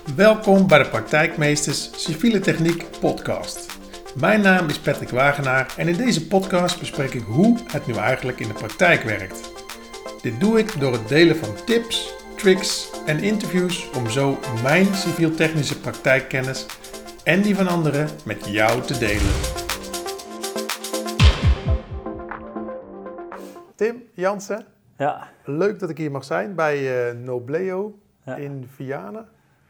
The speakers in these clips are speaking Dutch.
Welkom bij de Praktijkmeesters Civiele Techniek podcast. Mijn naam is Patrick Wagenaar en in deze podcast bespreek ik hoe het nu eigenlijk in de praktijk werkt. Dit doe ik door het delen van tips, tricks en interviews om zo mijn civiel-technische praktijkkennis en die van anderen met jou te delen. Tim Jansen, Ja. Leuk dat ik hier mag zijn bij Nobleo in Vianen.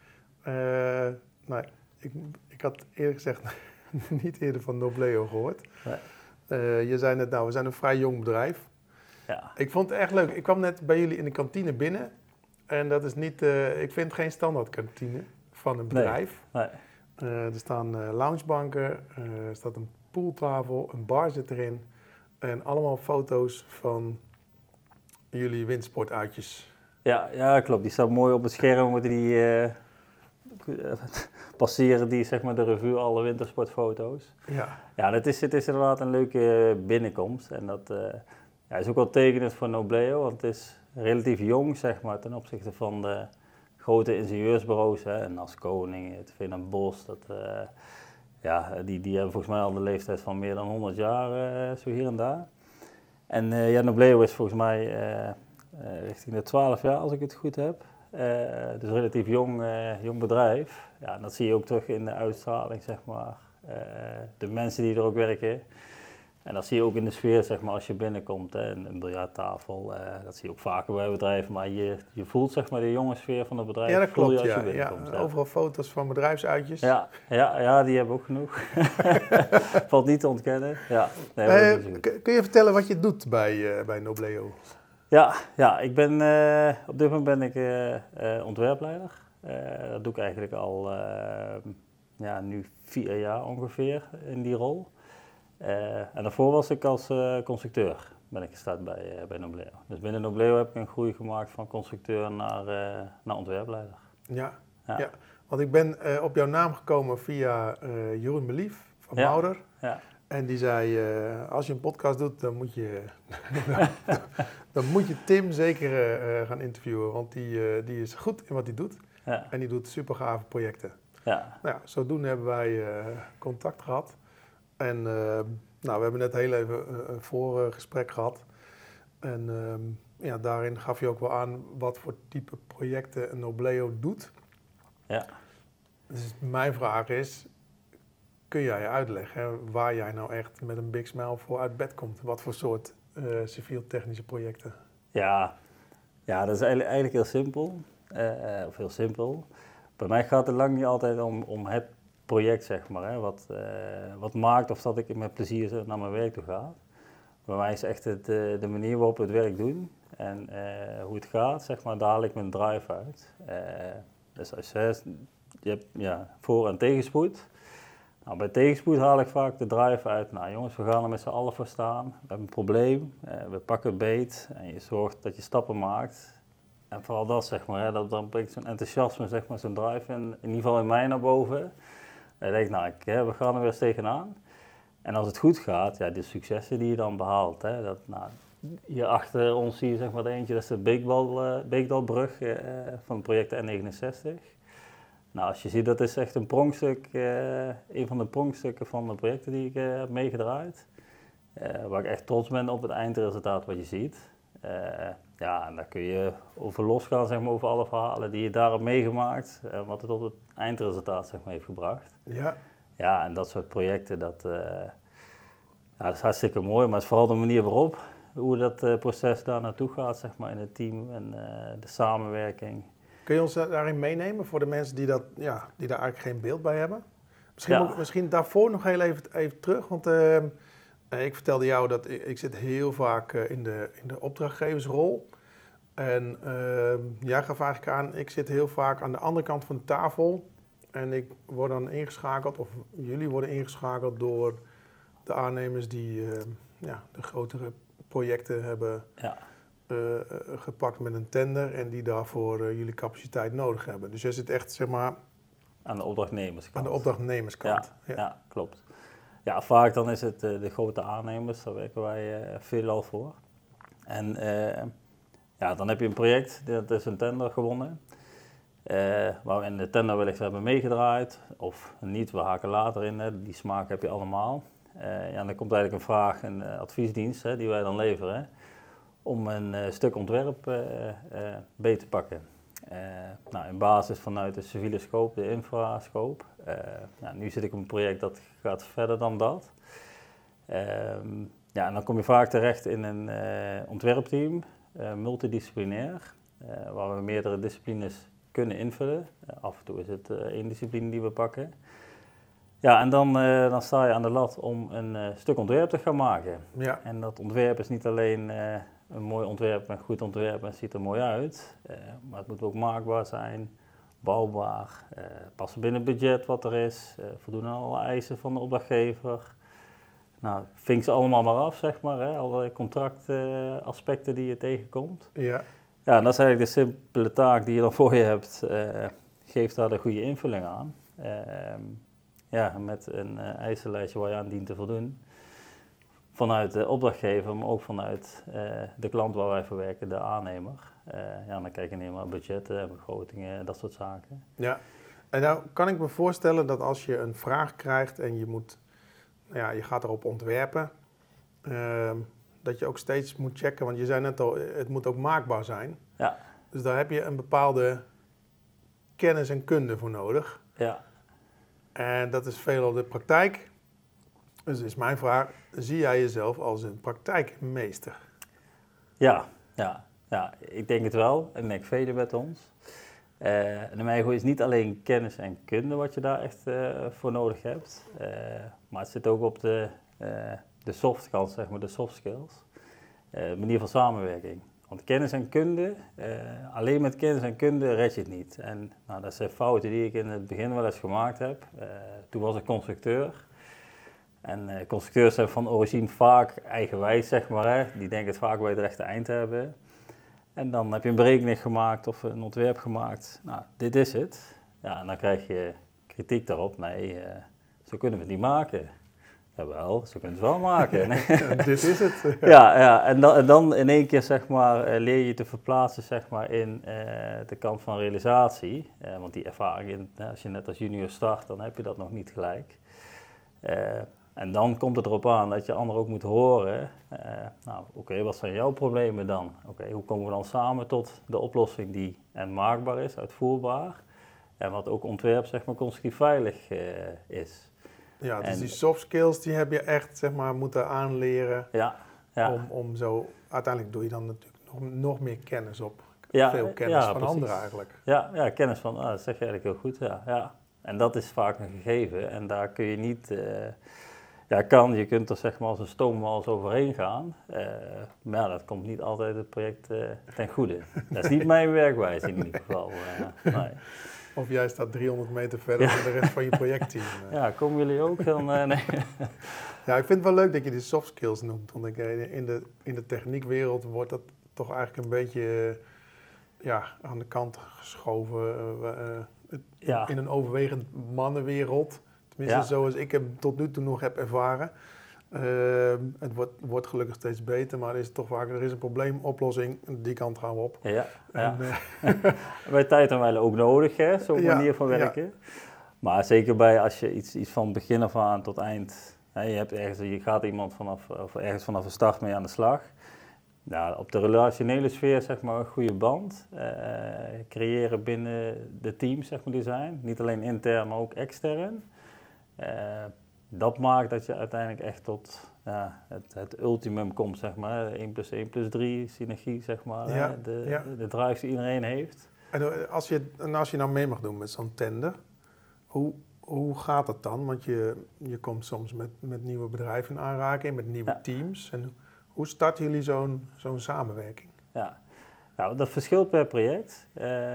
Ik had eerlijk gezegd niet eerder van Nobleo gehoord. Nee. Je zei net, we zijn een vrij jong bedrijf. Ja. Ik vond het echt leuk. Ik kwam net bij jullie in de kantine binnen. En dat is niet, ik vind geen standaard kantine van een bedrijf. Nee. Er staan loungebanken, er staat een pooltafel, een bar zit erin. En allemaal foto's van jullie windsportuitjes. Ja, klopt. Die staat mooi op het scherm. Moeten die passeren die, zeg maar, de revue, alle wintersportfoto's. Ja, het is inderdaad een leuke binnenkomst. En dat is ook wel tekenend voor Nobleo, want het is relatief jong, zeg maar, ten opzichte van de grote ingenieursbureaus. Hè, Nas Koning, het Veen en Bos, die hebben volgens mij al de leeftijd van meer dan 100 jaar, zo hier en daar. En Nobleo is volgens mij richting de 12 jaar, als ik het goed heb. Dus een relatief jong bedrijf. Ja, en dat zie je ook terug in de uitstraling, zeg maar. De mensen die er ook werken. En dat zie je ook in de sfeer, zeg maar, als je binnenkomt. Hè. Een biljarttafel, dat zie je ook vaker bij bedrijven. Maar je voelt, zeg maar, de jonge sfeer van het bedrijf. Ja, dat klopt, als je binnenkomt. Ja. Overal foto's van bedrijfsuitjes. Ja, die hebben we ook genoeg. Valt niet te ontkennen. Ja, kun je vertellen wat je doet bij Nobleo? Ja, ik ben, op dit moment ben ik ontwerpleider. Dat doe ik eigenlijk al nu 4 jaar ongeveer in die rol. En daarvoor was ik als constructeur ben ik gestart bij Nobleo. Dus binnen Nobleo heb ik een groei gemaakt van constructeur naar ontwerpleider. Ja, want ik ben op jouw naam gekomen via Jeroen Belief van Mauder. Ja. En die zei, als je een podcast doet, dan moet je, dan moet je Tim zeker gaan interviewen. Want die is goed in wat hij dohet. Ja. En die doet super gave projecten. Ja. Nou ja, zodoende hebben wij contact gehad. En we hebben net heel even een voorgesprek gehad. En daarin gaf je ook wel aan wat voor type projecten een Nobleo doet. Ja. Dus mijn vraag is, kun jij uitleggen waar jij nou echt met een big smile voor uit bed komt? Wat voor soort civiel-technische projecten? Ja, dat is eigenlijk heel simpel. Of heel simpel. Bij mij gaat het lang niet altijd om het project, zeg maar. Hè, wat maakt of dat ik met plezier naar mijn werk toe ga. Bij mij is echt de manier waarop we het werk doen en hoe het gaat, zeg maar, daar haal ik mijn drive uit. Dus als je hebt voor- en tegenspoed. Nou, bij tegenspoed haal ik vaak de drive uit. Nou jongens, we gaan er met z'n allen voor staan. We hebben een probleem, we pakken het beet en je zorgt dat je stappen maakt. En vooral dat, zeg maar, hè, dan brengt zo'n enthousiasme, zeg maar, zo'n drive in ieder geval in mij naar boven. En dan denk ik, we gaan er weer eens tegenaan. En als het goed gaat, de successen die je dan behaalt. Hè, hier achter ons zie je, zeg maar, de eentje, dat is de Beekdalbrug van het project N69. Nou, als je ziet, dat is echt een pronkstuk, een van de pronkstukken van de projecten die ik heb meegedraaid. Waar ik echt trots ben op het eindresultaat wat je ziet. En daar kun je over losgaan, zeg maar, over alle verhalen die je daar hebt meegemaakt. Wat het tot het eindresultaat, zeg maar, heeft gebracht. Ja, en dat soort projecten, dat is hartstikke mooi. Maar het is vooral de manier waarop, hoe dat proces daar naartoe gaat, zeg maar, in het team en de samenwerking. Kun je ons daarin meenemen voor de mensen die daar eigenlijk geen beeld bij hebben? Misschien daarvoor nog heel even terug, want ik vertelde jou dat ik zit heel vaak in de opdrachtgeversrol. En jij gaf eigenlijk aan, ik zit heel vaak aan de andere kant van de tafel. En ik word dan ingeschakeld, of jullie worden ingeschakeld door de aannemers die de grotere projecten hebben gepakt met een tender en die daarvoor jullie capaciteit nodig hebben. Dus jij zit echt, zeg maar, aan de opdrachtnemerskant. Aan de opdrachtnemerskant. Ja, klopt. Ja, vaak dan is het de grote aannemers, daar werken wij veelal voor. En dan heb je een project, dat is een tender gewonnen. Waar we in de tender wellicht hebben meegedraaid, of niet, we haken later in, hè, die smaak heb je allemaal. En dan komt eigenlijk een vraag, een adviesdienst die wij dan leveren, om een stuk ontwerp beet te pakken. In basis vanuit de civiele scope, de infrascope. Nu zit ik op een project dat gaat verder dan dat. En dan kom je vaak terecht in een ontwerpteam, multidisciplinair, waar we meerdere disciplines kunnen invullen. Af en toe is het één discipline die we pakken. Ja, en dan sta je aan de lat om een stuk ontwerp te gaan maken. Ja. En dat ontwerp is niet alleen een mooi ontwerp, een goed ontwerp en het ziet er mooi uit. Maar het moet ook maakbaar zijn, bouwbaar, passen binnen het budget wat er is, voldoen aan alle eisen van de opdrachtgever. Nou, vink ze allemaal maar af, zeg maar, alle contractaspecten die je tegenkomt. Ja. Ja, en dat is eigenlijk de simpele taak die je dan voor je hebt. Geef daar de goede invulling aan. Met een eisenlijstje waar je aan dient te voldoen. Vanuit de opdrachtgever, maar ook vanuit de klant waar wij voor werken, de aannemer. Dan kijk je niet naar budgetten, begrotingen, dat soort zaken. Ja, en nou kan ik me voorstellen dat als je een vraag krijgt en je moet, je gaat erop ontwerpen, dat je ook steeds moet checken, want je zei net al, het moet ook maakbaar zijn. Ja. Dus daar heb je een bepaalde kennis en kunde voor nodig. Ja. En dat is veelal de praktijk. Dus is mijn vraag, zie jij jezelf als een praktijkmeester? Ja, ik denk het wel. En ik denk velen met ons. En in mijn ogen is niet alleen kennis en kunde wat je daar echt voor nodig hebt. Maar het zit ook op de softkant, zeg maar, de soft skills. Manier van samenwerking. Want kennis en kunde, alleen met kennis en kunde red je het niet. En dat zijn fouten die ik in het begin wel eens gemaakt heb. Toen was ik constructeur. En constructeurs zijn van origine vaak eigenwijs, zeg maar. Die denken het vaak bij het rechte eind te hebben. En dan heb je een berekening gemaakt of een ontwerp gemaakt. Nou, dit is het. Ja, en dan krijg je kritiek daarop. Nee, zo kunnen we het niet maken. Jawel, zo kunnen we het wel maken. Nee. Dit is het. En dan in één keer, zeg maar, leer je te verplaatsen, zeg maar, in de kant van realisatie. Want die ervaring, als je net als junior start, dan heb je dat nog niet gelijk. En dan komt het erop aan dat je anderen ook moet horen. Oké, wat zijn jouw problemen dan? Oké, hoe komen we dan samen tot de oplossing die maakbaar is, uitvoerbaar. En wat ook ontwerp, zeg maar, constructief veilig is. Ja, dus die soft skills die heb je echt, zeg maar, moeten aanleren. Ja. Om zo, uiteindelijk doe je dan natuurlijk nog meer kennis op. Veel kennis van precies. Anderen eigenlijk. Ja, kennis van, dat zeg je eigenlijk heel goed. Ja. En dat is vaak een gegeven en daar kun je niet... je kunt er, zeg maar, als een stoomwals overheen gaan, maar dat komt niet altijd het project ten goede. Dat is niet mijn werkwijze in ieder geval. Nee. Of jij staat 300 meter verder dan de rest van je projectteam. Ja, komen jullie ook dan? Nee. Ja, ik vind het wel leuk dat je die soft skills noemt, want in de techniekwereld wordt dat toch eigenlijk een beetje aan de kant geschoven. In een overwegend mannenwereld. Tenminste, zoals ik hem tot nu toe nog heb ervaren. Het wordt gelukkig steeds beter, maar is toch vaak, er is een probleemoplossing, die kant gaan we op. Bij tijd en wijle ook nodig, hè, zo'n manier van werken. Ja. Maar zeker als je iets van begin af aan tot eind, je gaat iemand ergens vanaf de start mee aan de slag. Nou, op de relationele sfeer, zeg maar, een goede band. Creëren binnen de teams, zeg maar, die zijn. Niet alleen intern, maar ook extern. Dat maakt dat je uiteindelijk echt tot het ultimum komt, zeg maar. 1 + 1 + 3 synergie, zeg maar. De drive die iedereen heeft. En als je nou mee mag doen met zo'n tender, hoe gaat het dan? Want je komt soms met nieuwe bedrijven in aanraking, met nieuwe teams. En hoe starten jullie zo'n samenwerking? Ja, nou, dat verschilt per project.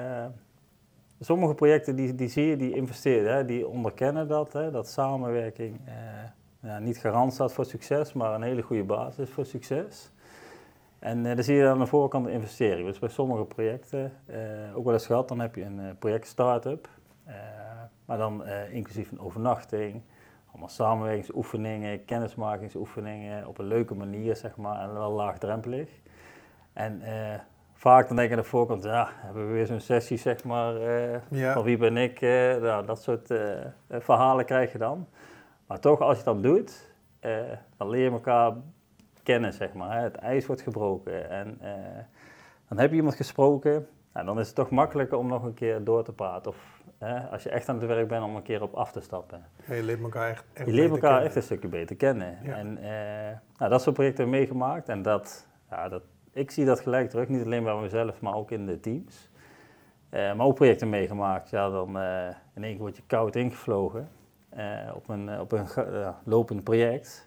Sommige projecten die zie je, die investeren, die onderkennen dat samenwerking niet garant staat voor succes, maar een hele goede basis is voor succes. En dan zie je aan de voorkant de investering. Dus bij sommige projecten, ook wel eens gehad, dan heb je een project start-up, maar dan inclusief een overnachting, allemaal samenwerkingsoefeningen, kennismakingsoefeningen op een leuke manier, zeg maar, en wel laagdrempelig. En vaak dan denk ik aan de voorkant, ja, hebben we weer zo'n sessie, zeg maar, van wie ben ik, nou, dat soort verhalen krijg je dan. Maar toch, als je dat doet, dan leer je elkaar kennen, zeg maar. Hè. Het ijs wordt gebroken en dan heb je iemand gesproken, nou, dan is het toch makkelijker om nog een keer door te praten. Of als je echt aan het werk bent, om een keer op af te stappen. Ja, je leert elkaar echt je leert elkaar echt een stukje beter kennen. Ja. En nou, dat soort projecten hebben we meegemaakt en ik zie dat gelijk terug, niet alleen bij mezelf, maar ook in de teams. Maar ook projecten meegemaakt, ja, dan in één keer word je koud ingevlogen op een lopend project.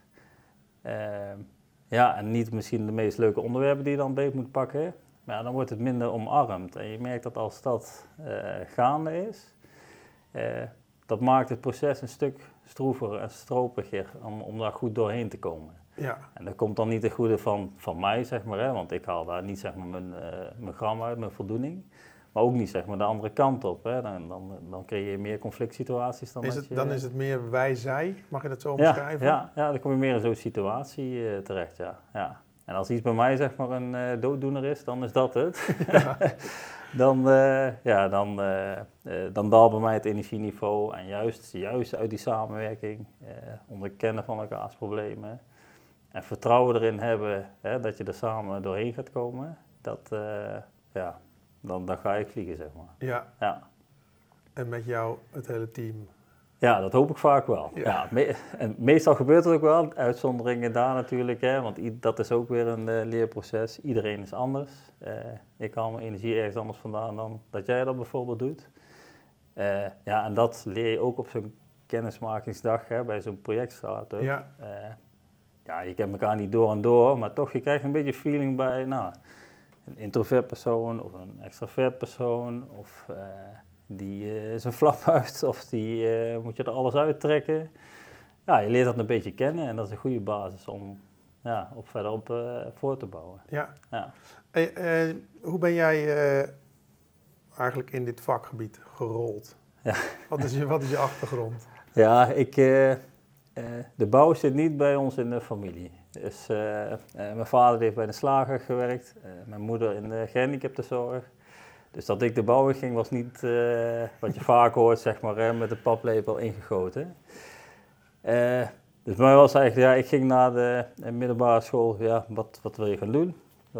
Ja, en niet misschien de meest leuke onderwerpen die je dan beet moet pakken, maar ja, dan wordt het minder omarmd. En je merkt dat als dat gaande is, dat maakt het proces een stuk stroever en stropiger om daar goed doorheen te komen. Ja. En dat komt dan niet ten goede van mij, zeg maar, hè, want ik haal daar niet zeg maar, mijn gram uit, mijn voldoening. Maar ook niet zeg maar, de andere kant op. Hè. Dan creëer je meer conflict situaties dan Dan is het meer wij-zij, mag je dat zo omschrijven? Ja, dan kom je meer in zo'n situatie terecht, ja. En als iets bij mij zeg maar een dooddoener is, dan is dat het. Ja. Dan daalt bij mij het energieniveau en juist uit die samenwerking, onderkennen van elkaars problemen en vertrouwen erin hebben dat je er samen doorheen gaat komen, dan ga ik vliegen, zeg maar. Ja. En met jou het hele team? Ja, dat hoop ik vaak wel. Ja. En meestal gebeurt het ook wel, uitzonderingen daar natuurlijk, want dat is ook weer een leerproces. Iedereen is anders. Ik haal mijn energie ergens anders vandaan dan dat jij dat bijvoorbeeld doet. En dat leer je ook op zo'n kennismakingsdag bij zo'n projectstart. Ja. Je kent elkaar niet door en door, maar toch, je krijgt een beetje feeling bij een introvert persoon of een extravert persoon of die is een flaphuid of die moet je er alles uittrekken. Ja, je leert dat een beetje kennen en dat is een goede basis om op verderop voor te bouwen. Ja. Ja. Hoe ben jij eigenlijk in dit vakgebied gerold? Ja. Wat is je achtergrond? Ja, de bouw zit niet bij ons in de familie. Dus, mijn vader heeft bij de slager gewerkt, mijn moeder in de gehandicaptenzorg. Dus dat ik de bouw in ging was niet wat je vaak hoort, zeg maar, met de paplepel ingegoten. Dus bij mij was eigenlijk, ik ging naar de middelbare school, wat wil je gaan doen?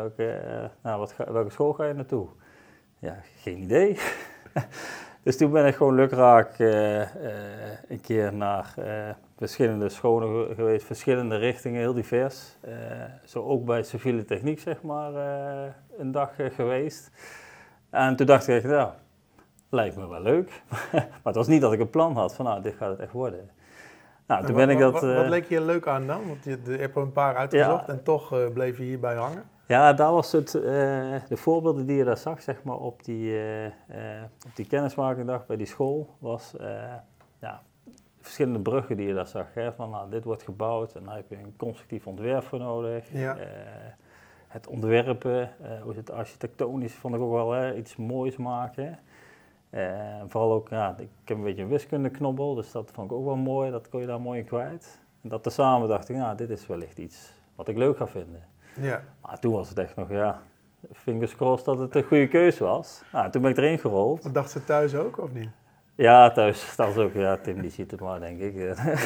Welke school ga je naartoe? Ja, geen idee. Dus toen ben ik gewoon lukraak een keer naar verschillende scholen geweest, verschillende richtingen, heel divers. Zo ook bij civiele techniek, zeg maar, een dag geweest. En toen dacht ik, lijkt me wel leuk. Maar het was niet dat ik een plan had van, dit gaat het echt worden. Nou, toen ben ik dat... Wat leek je leuk aan dan? Want je hebt er een paar uitgezocht en toch bleef je hierbij hangen. Ja, daar was het, de voorbeelden die je daar zag, zeg maar, op die kennismakingdag bij die school, was verschillende bruggen die je daar zag. Hè, van, dit wordt gebouwd en daar heb je een constructief ontwerp voor nodig. Ja. Het ontwerpen, het architectonisch vond ik ook wel iets moois maken. Vooral ook, ik heb een beetje een wiskundeknobbel, dus dat vond ik ook wel mooi, dat kon je daar mooi in kwijt. En dat tezamen dacht ik, dit is wellicht iets wat ik leuk ga vinden. Ja. Maar toen was het echt nog, fingers crossed dat het een goede keuze was. Toen ben ik erin gerold. Wat dacht ze thuis ook, of niet? Ja, thuis was ook, Tim die ziet het maar, denk ik.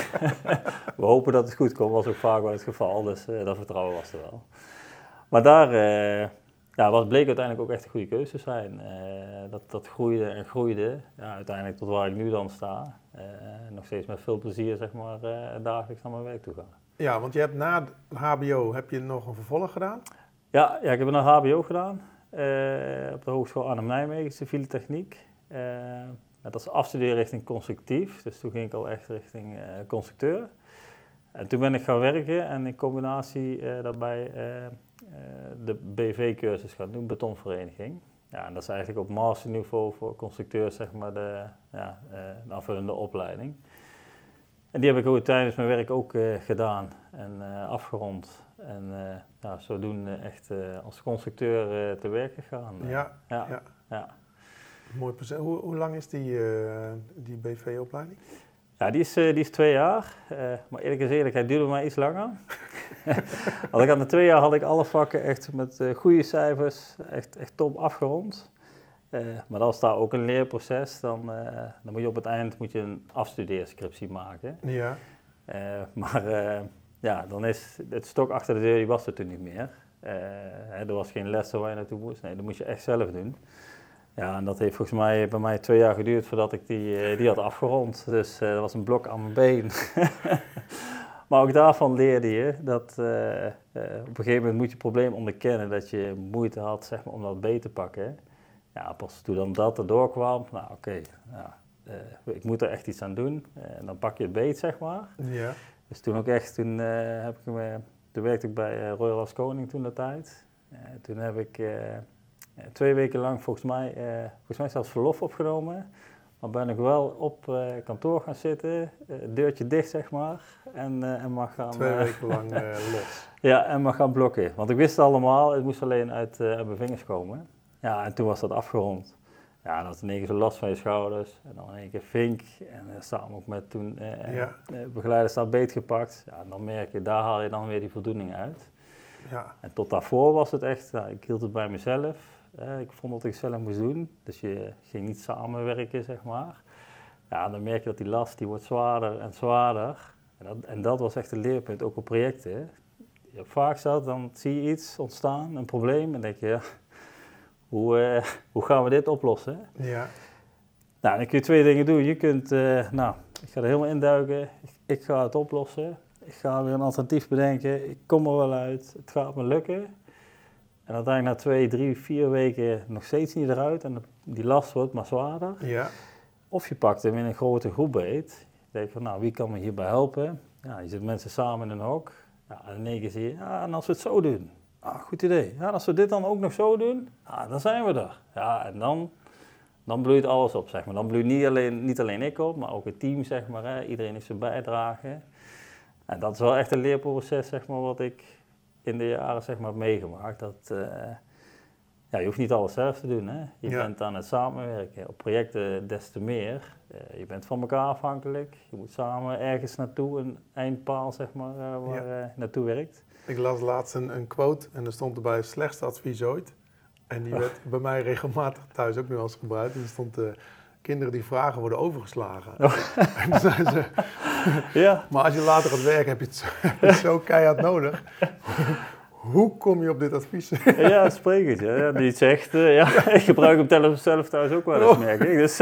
We hopen dat het goed komt, was ook vaak wel het geval, dus dat vertrouwen was er wel. Maar daar bleek uiteindelijk ook echt een goede keuze te zijn. Dat groeide en groeide, uiteindelijk tot waar ik nu dan sta. Nog steeds met veel plezier, zeg maar, dagelijks naar mijn werk toe gaan. Ja, want je hebt na het HBO, heb je nog een vervolg gedaan? Ja, ik heb een HBO gedaan op de Hogeschool Arnhem-Nijmegen, civiele techniek. Dat is afstuderen richting constructief, dus toen ging ik al echt richting constructeur. En toen ben ik gaan werken en in combinatie daarbij de BV-cursus gaan doen, betonvereniging. Ja, en dat is eigenlijk op masterniveau voor constructeurs, zeg maar, de aanvullende opleiding. En die heb ik ook tijdens mijn werk ook gedaan en afgerond. En zodoende echt als constructeur te werk gegaan. Ja. Mooi proces. Hoe lang is die BV-opleiding? Ja, die is 2 jaar. Maar eerlijk is eerlijk, hij duurde bij mij iets langer. Als ik aan de 2 jaar had ik alle vakken echt met goede cijfers, echt top afgerond. Maar dan is daar ook een leerproces. Dan moet je op het eind een afstudeerscriptie maken. Ja. Maar dan is het stok achter de deur, die was er toen niet meer. Er was geen lessen waar je naartoe moest. Nee, dat moest je echt zelf doen. Ja, en dat heeft volgens mij bij mij 2 jaar geduurd voordat ik die had afgerond. Dus dat was een blok aan mijn been. Maar ook daarvan leerde je dat op een gegeven moment moet je het probleem onderkennen dat je moeite had, zeg maar, om dat beet te pakken. Ja, pas toen dan dat erdoor kwam, nou oké, ik moet er echt iets aan doen. Dan pak je het beet, zeg maar. Ja. Dus toen ook echt, toen werkte ik bij Royal Haskoning toen de tijd. Toen heb ik 2 weken lang volgens mij zelfs verlof opgenomen. Maar ben ik wel op kantoor gaan zitten, deurtje dicht zeg maar. En mag gaan... 2 weken lang los. Ja, en mag gaan blokken. Want ik wist het allemaal, het moest alleen uit mijn vingers komen. Ja, en toen was dat afgerond. Ja, dan had in één keer zo last van je schouders. En dan in één keer vink. En samen ook met toen begeleiders daar beet gepakt. Ja, en dan merk je, daar haal je dan weer die voldoening uit. Ja. En tot daarvoor was het echt, ik hield het bij mezelf. Ik vond dat ik het zelf moest doen. Dus je ging niet samenwerken, zeg maar. Ja, dan merk je dat die last, die wordt zwaarder en zwaarder. En dat was echt een leerpunt, ook op projecten. Vaak dan zie je iets ontstaan, een probleem. En denk je, ja, hoe gaan we dit oplossen? Ja. Nou, dan kun je 2 dingen doen. Je kunt, ik ga er helemaal induiken. Ik ga het oplossen. Ik ga weer een alternatief bedenken. Ik kom er wel uit. Het gaat me lukken. En uiteindelijk na 2, 3, 4 weken nog steeds niet eruit. En die last wordt maar zwaarder. Ja. Of je pakt hem in een grote groep beet. Je denkt van, nou, wie kan me hierbij helpen? Ja, je zet mensen samen in een hok. Ja, en in één keer zie je, ja, en als we het zo doen. Ah, goed idee. Ja, als we dit dan ook nog zo doen, dan zijn we er. Ja, en dan bloeit alles op, zeg maar. Dan bloeit niet alleen ik op, maar ook het team, zeg maar. Hè. Iedereen heeft zijn bijdrage. En dat is wel echt een leerproces, zeg maar, wat ik in de jaren, zeg maar, heb meegemaakt. Dat, je hoeft niet alles zelf te doen, hè. Je bent aan het samenwerken. Op projecten des te meer. Je bent van elkaar afhankelijk. Je moet samen ergens naartoe, een eindpaal, zeg maar, waar je naartoe werkt. Ik las laatst een quote en er stond erbij slechtste advies ooit. En die werd bij mij regelmatig thuis ook nu als gebruikt. En er stond kinderen die vragen worden overgeslagen. En dan zeiden ze, maar als je later gaat werken heb je het zo keihard nodig. Hoe kom je op dit advies? Ja, het sprekertje. Ja, die zegt, ik gebruik hem zelf thuis ook wel eens, merk ik. Dus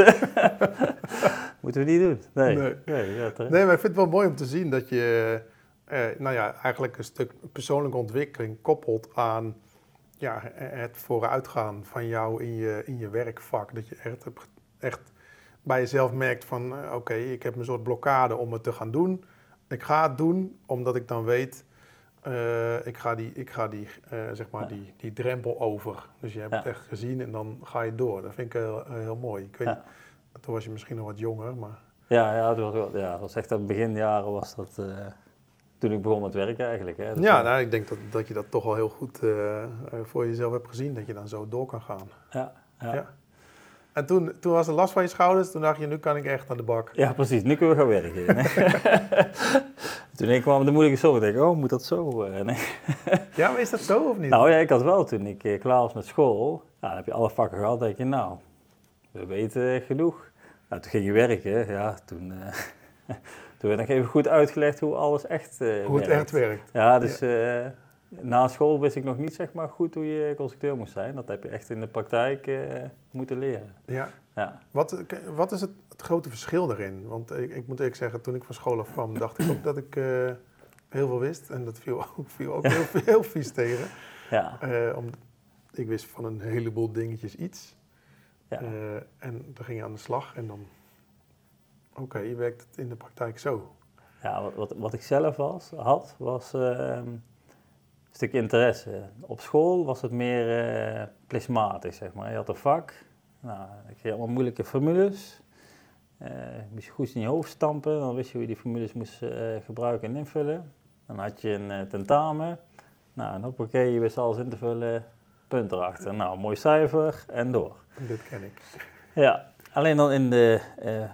moeten we niet doen. Nee, maar ik vind het wel mooi om te zien dat je eigenlijk een stuk persoonlijke ontwikkeling koppelt aan het vooruitgaan van jou in je werkvak. Dat je echt bij jezelf merkt van oké, ik heb een soort blokkade om het te gaan doen. Ik ga het doen omdat ik dan weet, ik ga die drempel over. Dus je hebt het echt gezien en dan ga je door. Dat vind ik heel mooi. Ik weet niet, toen was je misschien nog wat jonger, maar... Het was echt aan beginjaren was dat... Toen ik begon met werken eigenlijk. Hè. Dus ik denk dat je dat toch wel heel goed voor jezelf hebt gezien. Dat je dan zo door kan gaan. Ja. En toen was er last van je schouders. Toen dacht je, nu kan ik echt aan de bak. Ja, precies. Nu kunnen we gaan werken. Toen kwam de moeilijke zorg. Ik dacht, moet dat zo? Nee. Ja, maar is dat zo of niet? Nou ja, ik had wel toen ik klaar was met school. Dan heb je alle vakken gehad. Dan denk je, nou, we weten genoeg. Nou, toen ging je werken. Ja, toen... Toen werd nog even goed uitgelegd hoe alles echt werkt. Hoe het echt werkt. Ja, dus na school wist ik nog niet, zeg maar, goed hoe je constructeur moest zijn. Dat heb je echt in de praktijk moeten leren. Ja. Wat is het grote verschil daarin? Want ik moet eerlijk zeggen, toen ik van school af kwam, dacht ik ook dat ik heel veel wist. En dat viel ook heel vies tegen. Ja. Ik wist van een heleboel dingetjes iets. Ja. En dan ging je aan de slag en dan... Oké, je werkt het in de praktijk zo. Ja, wat ik zelf had, was een stuk interesse. Op school was het meer plismatisch, zeg maar. Je had een vak, ik kreeg allemaal moeilijke formules. Moest je goed in je hoofd stampen, dan wist je hoe je die formules moest gebruiken en invullen. Dan had je een tentamen. En hoppakee, je wist alles in te vullen, punt erachter. Nou, een mooi cijfer en door. Dit ken ik. Ja, alleen dan in de...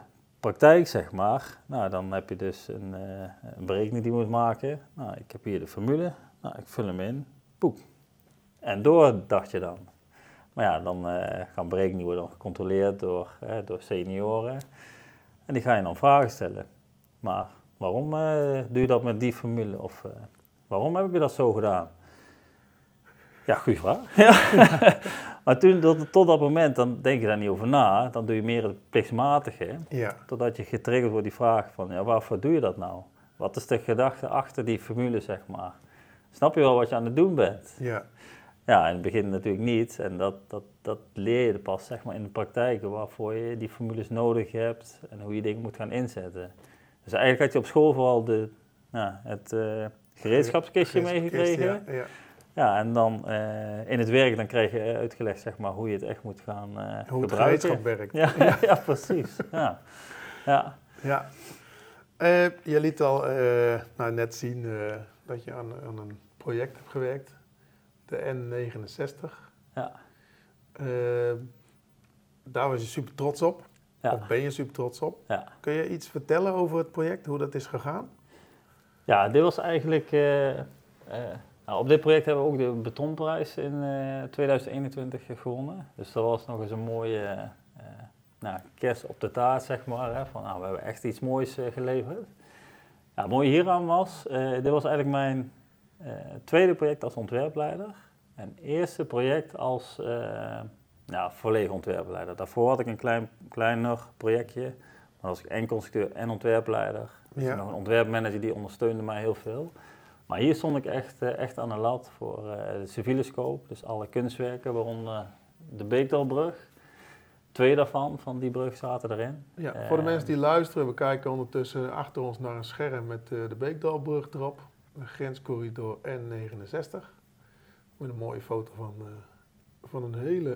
praktijk, zeg maar, nou, dan heb je dus een berekening die je moet maken. Nou, ik heb hier de formule, nou, ik vul hem in, poep. En door, dacht je dan. Maar ja, dan gaan berekeningen worden gecontroleerd door senioren. En die ga je dan vragen stellen. Maar waarom doe je dat met die formule? Of waarom heb je dat zo gedaan? Ja, goede vraag. Ja. Maar tot dat moment, dan denk je daar niet over na. Dan doe je meer het plichtmatige. Ja. Totdat je getriggerd wordt die vraag van, ja, waarvoor doe je dat nou? Wat is de gedachte achter die formule, zeg maar? Snap je wel wat je aan het doen bent? Ja. Ja, in het begin natuurlijk niet. En dat leer je pas, zeg maar, in de praktijk, waarvoor je die formules nodig hebt en hoe je dingen moet gaan inzetten. Dus eigenlijk had je op school vooral het gereedschapskistje meegekregen. Ja, ja. Ja, en dan in het werk dan krijg je uitgelegd, zeg maar, hoe je het echt moet gaan hoe het gebruiken. gereedschap werkt. Ja, ja, precies. Ja. Ja. Ja. Je liet al net zien dat je aan een project hebt gewerkt. De N69. Ja. Daar was je super trots op. Ja. Of ben je super trots op. Ja. Kun je iets vertellen over het project, hoe dat is gegaan? Ja, dit was eigenlijk... nou, op dit project hebben we ook de Betonprijs in 2021 gewonnen. Dus dat was nog eens een mooie kerst op de taart, zeg maar. Hè, van, we hebben echt iets moois geleverd. Ja, het mooie hieraan was, dit was eigenlijk mijn tweede project als ontwerpleider. En eerste project als volledig ontwerpleider. Daarvoor had ik een kleiner projectje. Maar was ik en constructeur en ontwerpleider. Dus nog een ontwerpmanager die ondersteunde mij heel veel. Maar hier stond ik echt aan de lat voor de civiele scope. Dus alle kunstwerken, waaronder de Beekdalbrug. 2 daarvan, van die brug, zaten erin. Ja, voor de mensen die luisteren, we kijken ondertussen achter ons naar een scherm met de Beekdalbrug erop. De grenscorridor N69. Met een mooie foto van een hele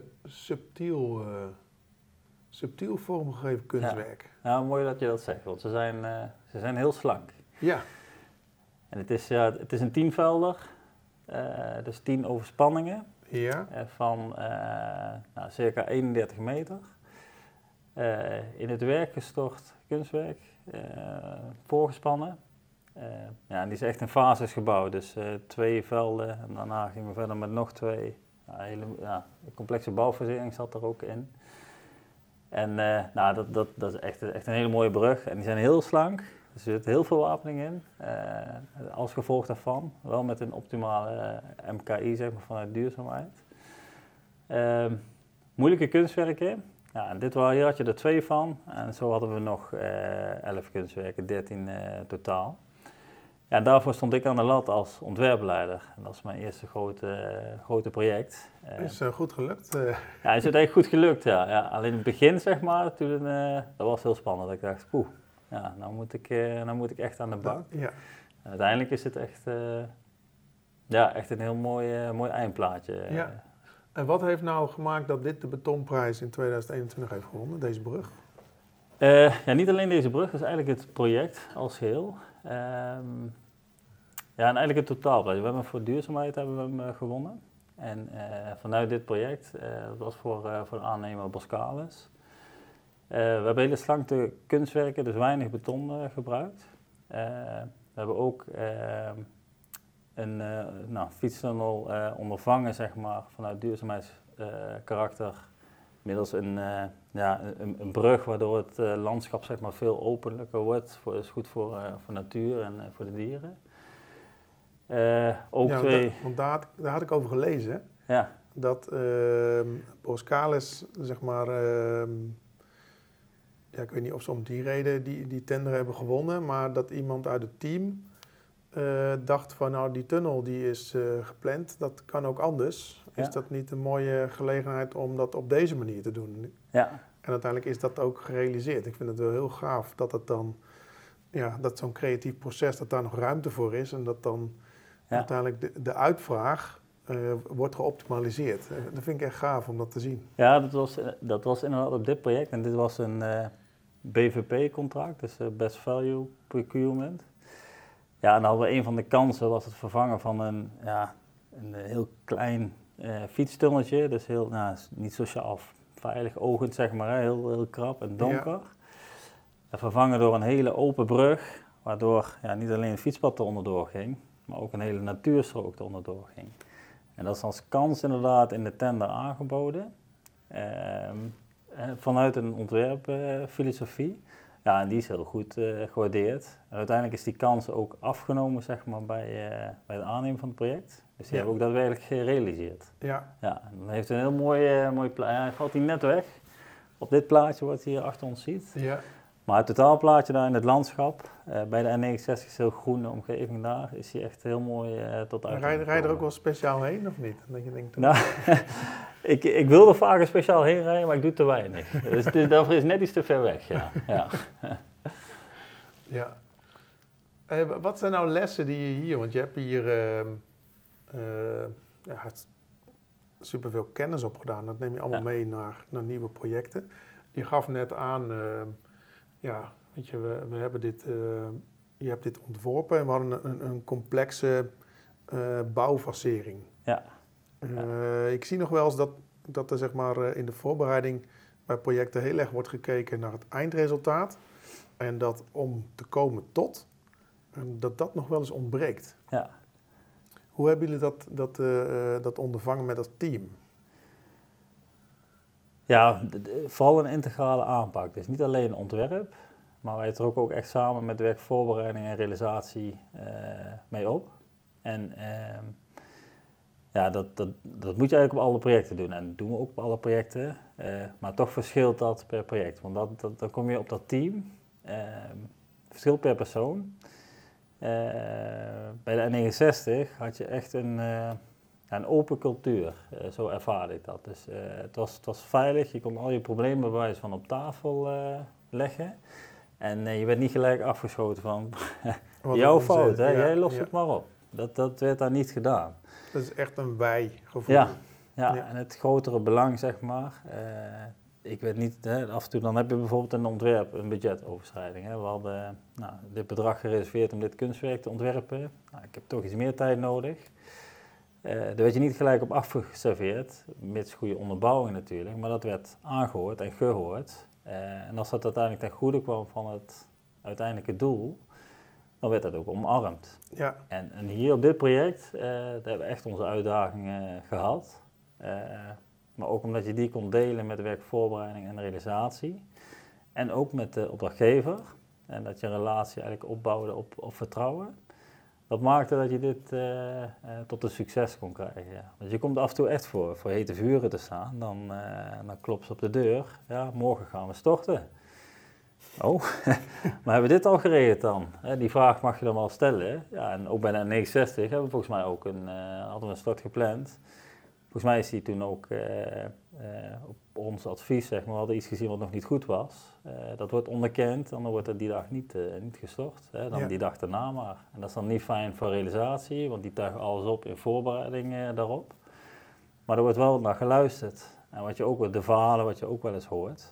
subtiel vormgegeven kunstwerk. Ja, mooi dat je dat zegt, want ze zijn heel slank. Ja. En het is een 10-velder, dus 10 overspanningen. Ja. Van circa 31 meter. In het werk gestort kunstwerk, voorgespannen. En die is echt in fases gebouwd, dus 2 velden en daarna gingen we verder met nog 2. Een complexe bouwverzekering zat er ook in. En dat is echt een hele mooie brug en die zijn heel slank. Er zit heel veel wapening in, als gevolg daarvan. Wel met een optimale MKI, zeg maar, vanuit duurzaamheid. Moeilijke kunstwerken. Ja, en hier had je er 2 van. En zo hadden we nog 11 kunstwerken, 13 totaal. Ja, en daarvoor stond ik aan de lat als ontwerpleider. En dat is mijn eerste grote project. Is goed gelukt? Ja, is het echt goed gelukt, ja. Ja, alleen in het begin, zeg maar, toen, dat was heel spannend. Ik dacht, nou moet ik echt aan de bak. Ja. En uiteindelijk is het echt een heel mooi eindplaatje. Ja. En wat heeft nou gemaakt dat dit de Betonprijs in 2021 heeft gewonnen, deze brug? Niet alleen deze brug, dat is eigenlijk het project als geheel. En eigenlijk het totaalprijs. We hebben voor duurzaamheid hebben we hem gewonnen. En vanuit dit project, dat was voor de aannemer Boskalis. We hebben hele slanke kunstwerken, dus weinig beton gebruikt. We hebben ook een fietstunnel ondervangen, zeg maar, vanuit duurzaamheidskarakter. Middels een brug waardoor het landschap, zeg maar, veel openlijker wordt. Dat is goed voor natuur en voor de dieren. Want daar had ik over gelezen. Hè? Ja. Dat Boskalis, zeg maar, ik weet niet of ze om die reden die tender hebben gewonnen, maar dat iemand uit het team dacht van, nou, die tunnel die is gepland, dat kan ook anders. Ja. Is dat niet een mooie gelegenheid om dat op deze manier te doen? Ja. En uiteindelijk is dat ook gerealiseerd. Ik vind het wel heel gaaf dat het dan, dat zo'n creatief proces, dat daar nog ruimte voor is en dat dan uiteindelijk de uitvraag wordt geoptimaliseerd. Dat vind ik echt gaaf om dat te zien. Ja, dat was inderdaad op dit project en dit was een BVP-contract, dus Best Value Procurement. Ja, en dan hadden we een van de kansen was het vervangen van een heel klein fietstunneltje, dus niet sociaal veilig ogend, zeg maar, heel krap en donker. vervangen door een hele open brug, waardoor niet alleen het fietspad er onderdoor ging, maar ook een hele natuurstrook er onderdoor ging. En dat is als kans inderdaad in de tender aangeboden, vanuit een ontwerpfilosofie. Ja, en die is heel goed gewaardeerd. En uiteindelijk is die kans ook afgenomen, zeg maar, bij het aannemen van het project. Dus die hebben ook daadwerkelijk gerealiseerd. Ja. Ja, en dan heeft hij een heel mooi plaatje. Hij valt hier net weg. Op dit plaatje wat je hier achter ons ziet. Ja. Maar het totaalplaatje daar in het landschap, bij de N69 is heel groene omgeving daar, is hij echt heel mooi tot uiting. Rij je er ook wel speciaal heen of niet? Dat je denkt, nou, ik wil er vaker speciaal heen rijden, maar ik doe te weinig. Dus daarvoor is net iets te ver weg, ja. Ja. Wat zijn nou lessen die je hier, want je hebt hier superveel kennis opgedaan. Dat neem je allemaal mee naar nieuwe projecten. Je gaf net aan, weet je, we hebben dit, je hebt dit ontworpen en we hadden een complexe bouwfasering. Ja. Ik zie nog wel eens dat er zeg maar, in de voorbereiding bij projecten heel erg wordt gekeken naar het eindresultaat. En dat om te komen tot, dat nog wel eens ontbreekt. Ja. Hoe hebben jullie dat ondervangen met dat team? Ja, vooral een integrale aanpak. Dus niet alleen ontwerp, maar wij trokken ook echt samen met de werkvoorbereiding en realisatie mee op. En dat moet je eigenlijk op alle projecten doen. En dat doen we ook op alle projecten. Maar toch verschilt dat per project. Want dan kom je op dat team. Verschilt per persoon. Bij de N69 had je echt een open cultuur. Zo ervaarde ik dat. Dus het was veilig. Je kon al je problemen bij wijze van op tafel leggen. En je werd niet gelijk afgeschoten van jouw fout. Hè? Jij lost het maar op. Dat werd daar niet gedaan. Dat is echt een wij-gevoel. Ja, en het grotere belang, zeg maar. Ik weet niet, af en toe dan heb je bijvoorbeeld een ontwerp, een budgetoverschrijding. Hè. We hadden dit bedrag gereserveerd om dit kunstwerk te ontwerpen. Nou, ik heb toch iets meer tijd nodig. Daar werd je niet gelijk op afgeserveerd, mits goede onderbouwing natuurlijk. Maar dat werd aangehoord en gehoord. En als dat uiteindelijk ten goede kwam van het uiteindelijke doel, dan werd dat ook omarmd. Ja. En hier op dit project, daar hebben we echt onze uitdagingen gehad. Maar ook omdat je die kon delen met de werkvoorbereiding en de realisatie. En ook met de opdrachtgever. En dat je een relatie eigenlijk opbouwde op vertrouwen. Dat maakte dat je dit tot een succes kon krijgen. Ja. Dus je komt af en toe echt voor hete vuren te staan. Dan klopt ze op de deur. Ja, morgen gaan we storten. Oh, maar hebben we dit al geregeld dan? Die vraag mag je dan wel stellen. Ja, en ook bij de 69 hebben we volgens mij ook hadden we een start gepland. Volgens mij is die toen ook op ons advies, zeg maar, we hadden iets gezien wat nog niet goed was. Dat wordt onderkend en dan wordt het die dag niet gestort. Dan die dag daarna maar. En dat is dan niet fijn voor realisatie, want die tuigen alles op in voorbereiding daarop. Maar er wordt wel naar geluisterd. En wat je ook, de verhalen wat je ook wel eens hoort.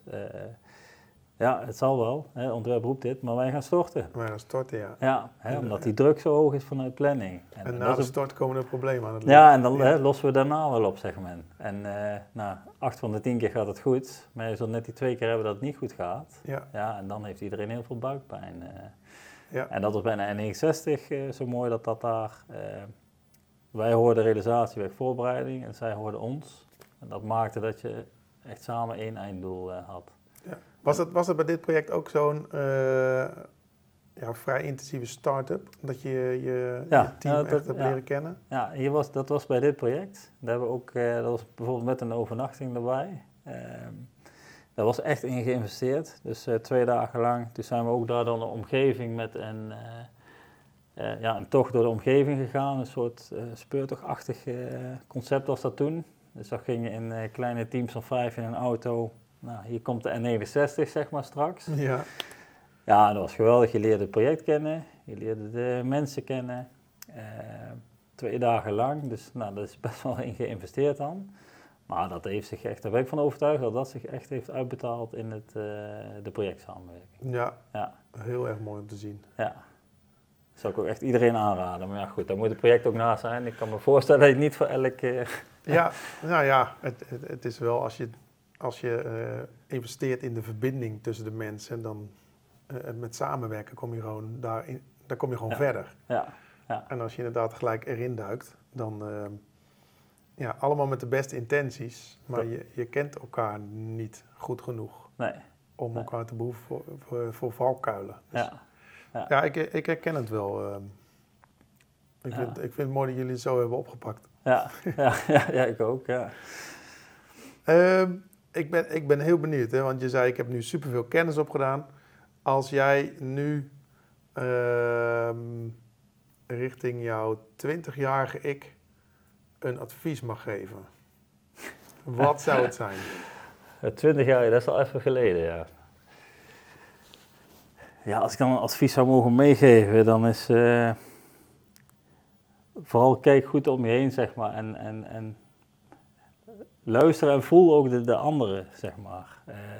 Ja, het zal wel, ontwerp roept dit, maar wij gaan storten. Wij gaan storten, ja. Ja, omdat die druk zo hoog is vanuit planning. En na de stort komen er problemen aan het leven. Ja, en dan lossen we daarna wel op, zeg maar. En 8 van de 10 keer gaat het goed, maar je zult net die 2 keer hebben dat het niet goed gaat. Ja, en dan heeft iedereen heel veel buikpijn. En dat was bijna N69 zo mooi dat daar... wij hoorden realisatie, werkvoorbereiding en zij hoorden ons. En dat maakte dat je echt samen één einddoel had. Ja. Was het bij dit project ook zo'n vrij intensieve start-up? Dat je team echt hebt leren kennen? Ja, dat was bij dit project. Daar hebben we ook, dat was bijvoorbeeld met een overnachting erbij. Daar was echt in geïnvesteerd. Dus 2 dagen lang. Toen zijn we ook daar dan de omgeving met een tocht door de omgeving gegaan. Een soort speurtochtachtig concept was dat toen. Dus dan ging je in kleine teams van 5 in een auto. Nou, hier komt de N69, zeg maar, straks. Ja. Ja, dat was geweldig. Je leerde het project kennen, je leerde de mensen kennen. 2 dagen lang, dus dat is best wel in geïnvesteerd dan. Maar dat heeft zich echt, daar ben ik van overtuigd dat zich echt heeft uitbetaald in de projectsamenwerking. Ja, heel erg mooi om te zien. Ja, dat zou ik ook echt iedereen aanraden. Maar ja, goed, daar moet het project ook na zijn. Ik kan me voorstellen dat je het niet voor elke... Ja, nou ja, het is wel als je investeert in de verbinding tussen de mensen, dan met samenwerken kom je gewoon daar kom je gewoon Ja. verder. Ja. Ja. En als je inderdaad gelijk erin duikt, dan allemaal met de beste intenties, maar je kent elkaar niet goed genoeg Nee. om elkaar te behoeven voor valkuilen. Dus, Ja. Ja. ja, ik herken het wel. Ik vind het mooi dat jullie het zo hebben opgepakt. Ja, ik ook, ja. Ik ben heel benieuwd, hè, want je zei ik heb nu superveel kennis opgedaan. Als jij nu richting jouw 20-jarige ik een advies mag geven, wat zou het zijn? 20 jaar, dat is al even geleden, ja. Ja, als ik dan een advies zou mogen meegeven, dan is vooral kijk goed om je heen, zeg maar, en luister en voel ook de anderen, zeg maar.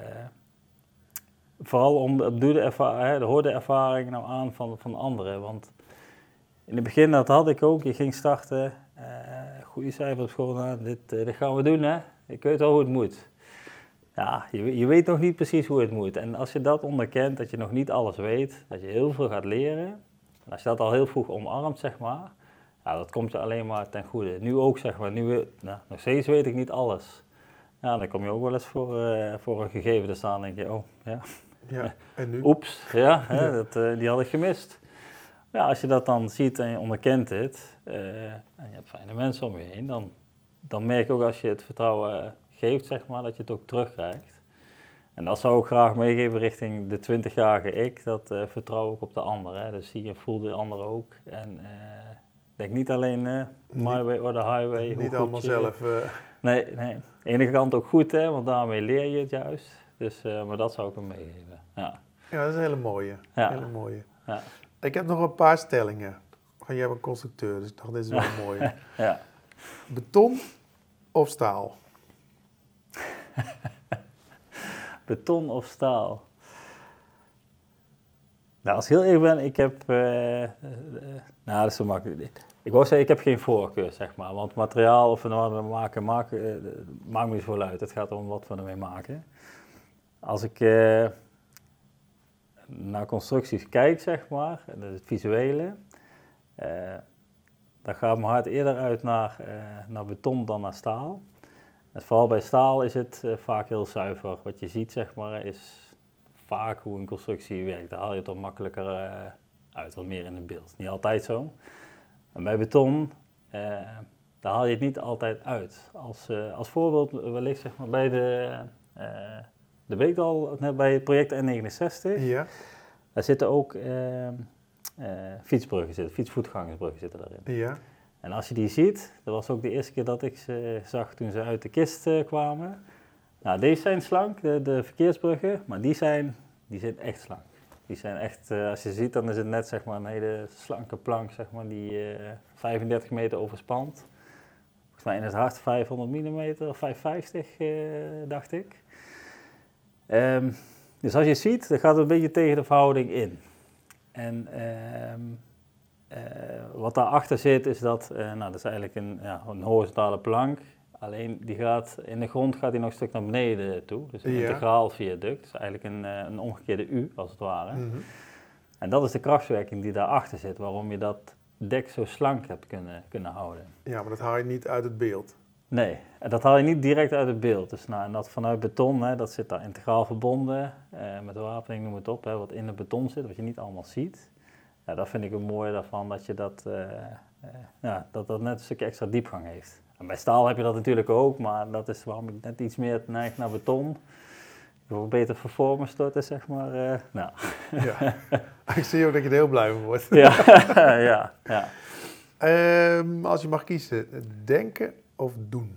Vooral hoor de ervaring nou aan van anderen, want in het begin, dat had ik ook, je ging starten, goede cijfers op school, nou, dit gaan we doen, hè. Ik weet wel hoe het moet. Ja, je weet nog niet precies hoe het moet. En als je dat onderkent, dat je nog niet alles weet, dat je heel veel gaat leren, en als je dat al heel vroeg omarmt, zeg maar, ja, dat komt je alleen maar ten goede. Nu ook, zeg maar, nog steeds weet ik niet alles. Ja, dan kom je ook wel eens voor een gegeven te staan en denk je, oh, ja. Ja, en nu? Oeps, ja, hè, die had ik gemist. Ja, als je dat dan ziet en je onderkent het, en je hebt fijne mensen om je heen, dan merk je ook als je het vertrouwen geeft, zeg maar, dat je het ook terugkrijgt. En dat zou ik graag meegeven richting de 20-jarige ik, dat vertrouw ook op de ander. Hè. Dus zie en voel de ander ook. En denk niet alleen my way or the highway. Niet allemaal zelf. Nee. Aan de ene kant ook goed, hè, want daarmee leer je het juist. Dus, maar dat zou ik hem meegeven. Ja, ja, dat is een hele mooie. Ja. Hele mooie. Ja. Ik heb nog een paar stellingen. Jij bent een constructeur, dus ik dacht, dit is wel mooi. Ja. Beton of staal? Beton of staal? Nou, als ik heel eerlijk ben, ik heb... nou, dat is zo makkelijk. Ik wou zeggen, ik heb geen voorkeur, zeg maar. Want materiaal of wat we maken maakt me niet zoveel uit. Het gaat om wat we ermee maken. Als ik naar constructies kijk, zeg maar, het visuele... dan gaat mijn hart eerder uit naar beton dan naar staal. En vooral bij staal is het vaak heel zuiver. Wat je ziet, zeg maar, is vaak hoe een constructie werkt. Daar haal je het dan makkelijker uit, wat meer in het beeld. Niet altijd zo. En bij beton, daar haal je het niet altijd uit. Als voorbeeld wellicht, zeg maar, bij de Beekdal, bij het project N69, Ja. daar zitten ook fietsbruggen, fietsvoetgangersbruggen zitten daarin. Ja. En als je die ziet, dat was ook de eerste keer dat ik ze zag toen ze uit de kist kwamen. Nou, deze zijn slank, de verkeersbruggen, maar die zijn echt slank. Die zijn echt, als je ziet, dan is het net, zeg maar, een hele slanke plank, zeg maar, die 35 meter overspant. Volgens mij in het hart 500 mm of 550, dacht ik. Dus als je het ziet, dan gaat het een beetje tegen de verhouding in. En wat daarachter zit is dat, dat is eigenlijk een horizontale plank. Alleen in de grond gaat die nog een stuk naar beneden toe. Dus een integraal viaduct. Dus eigenlijk een omgekeerde U, als het ware. Mm-hmm. En dat is de krachtswerking die daarachter zit, waarom je dat dek zo slank hebt kunnen houden. Ja, maar dat haal je niet uit het beeld. Nee, en dat haal je niet direct uit het beeld. Dus en dat vanuit beton, dat zit daar integraal verbonden, met de wapening, noem het op, wat in het beton zit, wat je niet allemaal ziet. Ja, dat vind ik het mooie daarvan, dat je dat net een stukje extra diepgang heeft. En bij staal heb je dat natuurlijk ook, maar dat is waarom ik net iets meer neig naar beton. Je wil beter vervormen storten, zeg maar. Nou. Ja. Ik zie ook dat je er heel blij van wordt. Ja. Als je mag kiezen, denken of doen?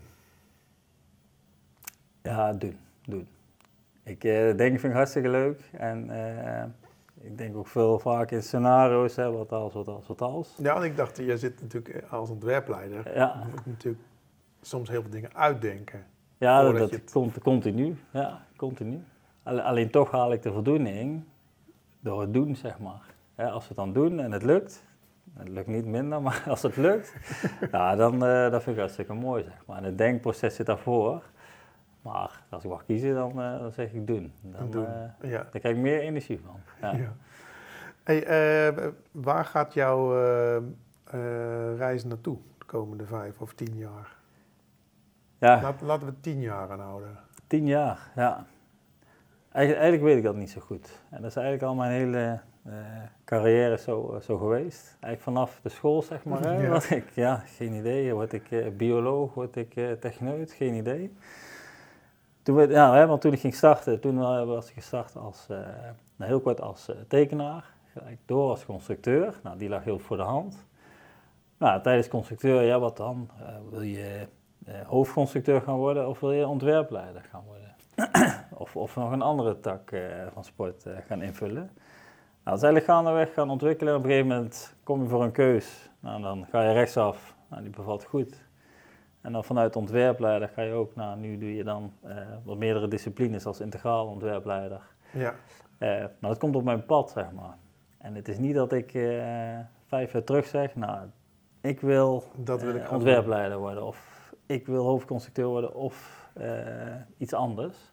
Ja, doen. Denken vind ik hartstikke leuk. En ik denk ook veel vaak in scenario's, wat als. Ja, want ik dacht, je zit natuurlijk als ontwerpleider. Ja. Je moet natuurlijk soms heel veel dingen uitdenken. Ja, dat komt continu. Ja, continu. Alleen toch haal ik de voldoening door het doen, zeg maar. Als we het dan doen en het lukt, het lukt niet minder, maar als het lukt, ja, dan dat vind ik hartstikke mooi, zeg maar. En het denkproces zit daarvoor. Maar als ik mag kiezen, dan zeg ik doen. Daar krijg ik meer energie van. Ja. Ja. Hey, waar gaat jouw reis naartoe de komende 5 of 10 jaar? Ja. Laten we 10 jaar aanhouden. 10 jaar, ja. Eigenlijk weet ik dat niet zo goed. En dat is eigenlijk al mijn hele carrière zo geweest. Eigenlijk vanaf de school, zeg maar. Hè, geen idee. Word ik bioloog, word ik techneut, geen idee. Want toen ik ging starten, toen was ik gestart als, heel kort als tekenaar. Gelijk door als constructeur. Nou, die lag heel voor de hand. Nou, tijdens constructeur, ja, wat dan? Wil je hoofdconstructeur gaan worden of wil je ontwerpleider gaan worden? of nog een andere tak van sport gaan invullen. Nou, dat is eigenlijk gaandeweg gaan ontwikkelen. Op een gegeven moment kom je voor een keus. Nou, dan ga je rechtsaf. Nou, die bevalt goed. En dan vanuit ontwerpleider ga je ook, nu doe je dan wat meerdere disciplines als integraal ontwerpleider. Ja. Maar dat komt op mijn pad, zeg maar. En het is niet dat ik 5 jaar terug zeg, ik wil ontwerpleider worden of ik wil hoofdconstructeur worden of iets anders.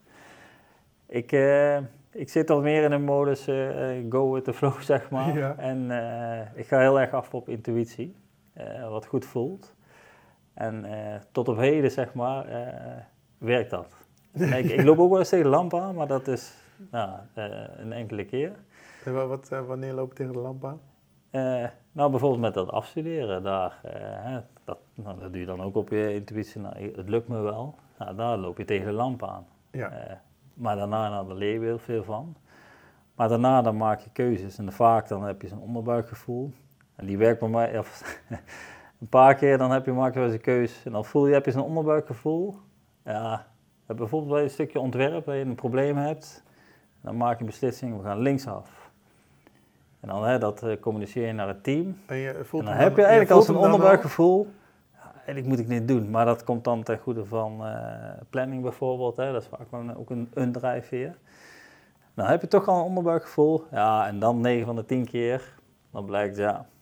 Ik zit al meer in een modus go with the flow, zeg maar. Ja. En ik ga heel erg af op intuïtie, wat goed voelt. En tot op heden, zeg maar, werkt dat. Ik loop ook wel eens tegen de lamp aan, maar dat is een enkele keer. En wanneer loop je tegen de lamp aan? Bijvoorbeeld met dat afstuderen, dat doe je dan ook op je intuïtie. Het lukt me wel, daar loop je tegen de lamp aan. Ja. Maar daarna, daar leer je heel veel van. Maar daarna dan maak je keuzes en vaak dan heb je zo'n onderbuikgevoel. En die werkt bij mij, een paar keer dan maak je wel eens een keus en dan heb je zo'n onderbuikgevoel. Ja, bijvoorbeeld bij een stukje ontwerp, waar je een probleem hebt, dan maak je een beslissing, we gaan linksaf. En dan dat communiceer je naar het team. En dan heb je eigenlijk al zo'n onderbuikgevoel. Ja, eigenlijk moet ik niet doen, maar dat komt dan ten goede van planning bijvoorbeeld. Dat is vaak ook een drijfveer. Dan heb je toch al een onderbuikgevoel. Ja, en dan 9 van de 10 keer, dan blijkt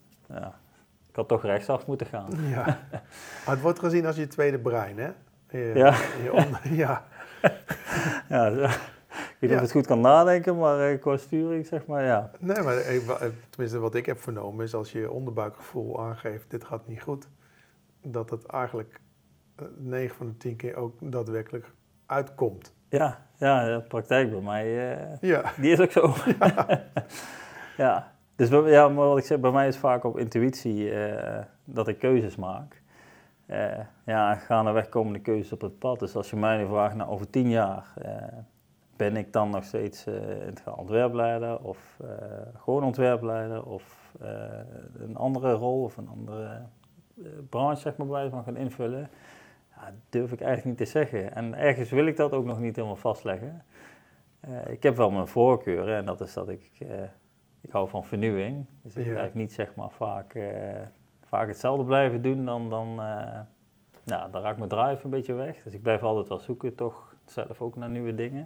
ik had toch rechtsaf moeten gaan. Ja. Maar het wordt gezien als je tweede brein, hè? Ja, ik weet niet of het goed kan nadenken, maar qua sturing, zeg maar, ja. Nee, maar tenminste wat ik heb vernomen is als je onderbuikgevoel aangeeft, dit gaat niet goed, dat het eigenlijk 9 van de 10 keer ook daadwerkelijk uitkomt. Ja, de praktijk bij mij, die is ook zo. Ja. Ja. Dus maar wat ik zeg, bij mij is vaak op intuïtie dat ik keuzes maak. Gaandeweg komen de keuzes op het pad. Dus als je mij nu vraagt, over 10 jaar, ben ik dan nog steeds integraal ontwerpleider of gewoon ontwerpleider of een andere rol of een andere branche, zeg maar, bij van gaan invullen? Ja, durf ik eigenlijk niet te zeggen. En ergens wil ik dat ook nog niet helemaal vastleggen. Ik heb wel mijn voorkeuren en dat is dat ik hou van vernieuwing. Dus ik wil eigenlijk niet, zeg maar, vaak hetzelfde blijven doen, dan raakt mijn drive een beetje weg. Dus ik blijf altijd wel zoeken, toch zelf ook naar nieuwe dingen.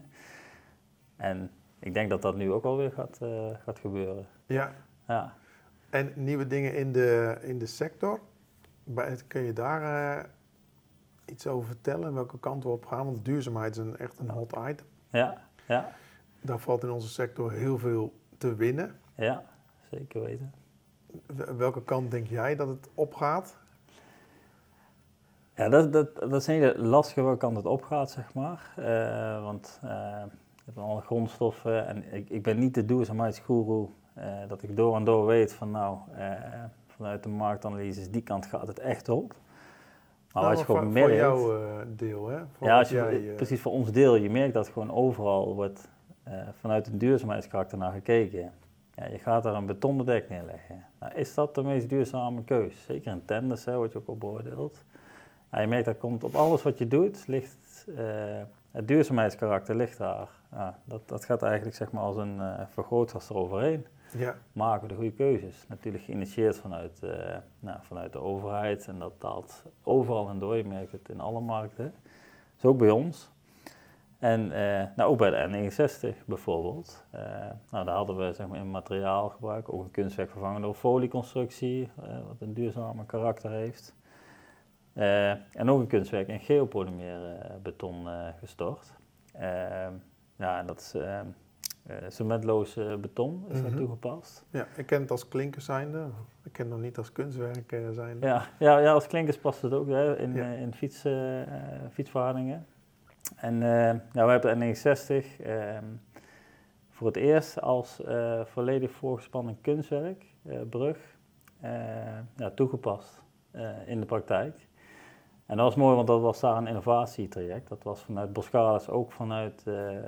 En ik denk dat dat nu ook alweer gaat gebeuren. Ja. En nieuwe dingen in de sector, kun je daar iets over vertellen? Welke kant we op gaan? Want duurzaamheid is echt een hot item. Ja. Daar valt in onze sector heel veel te winnen. Ja, zeker weten. Welke kant denk jij dat het opgaat? Ja, dat is een hele lastige welke kant het opgaat, zeg maar. Want je hebt alle grondstoffen en ik ben niet de duurzaamheidsgoeroe dat ik door en door weet van vanuit de marktanalyses, die kant gaat het echt op. Maar als je gewoon merkt... Voor jouw deel, hè? Precies, voor ons deel. Je merkt dat gewoon overal wordt vanuit een duurzaamheidskarakter naar gekeken. Ja, je gaat daar een betonnen dek neerleggen. Nou, is dat de meest duurzame keus? Zeker in tenders, wordt je ook op beoordeeld. Ja, je merkt dat komt op alles wat je doet, ligt het duurzaamheidskarakter ligt daar. Ja, dat gaat eigenlijk, zeg maar, als een vergrootglas eroverheen. Ja. Maken we de goede keuzes. Natuurlijk geïnitieerd vanuit de overheid en dat daalt overal en door. Je merkt het in alle markten. Dus ook bij ons. En ook bij de N69 bijvoorbeeld. Daar hadden we, zeg maar, in materiaalgebruik ook een kunstwerk vervangen door folieconstructie, wat een duurzame karakter heeft. En ook een kunstwerk in geopolymeer beton gestort. Ja, en dat is cementloos beton is daar toegepast. Ja, ik ken het als klinkers zijnde. Ik ken het nog niet als kunstwerk zijnde. Ja, als klinkers past het ook in fietsverhardingen. En we hebben de N69 voor het eerst als volledig voorgespannen kunstwerk, brug, toegepast in de praktijk. En dat was mooi, want dat was daar een innovatietraject. Dat was vanuit Boskalis ook vanuit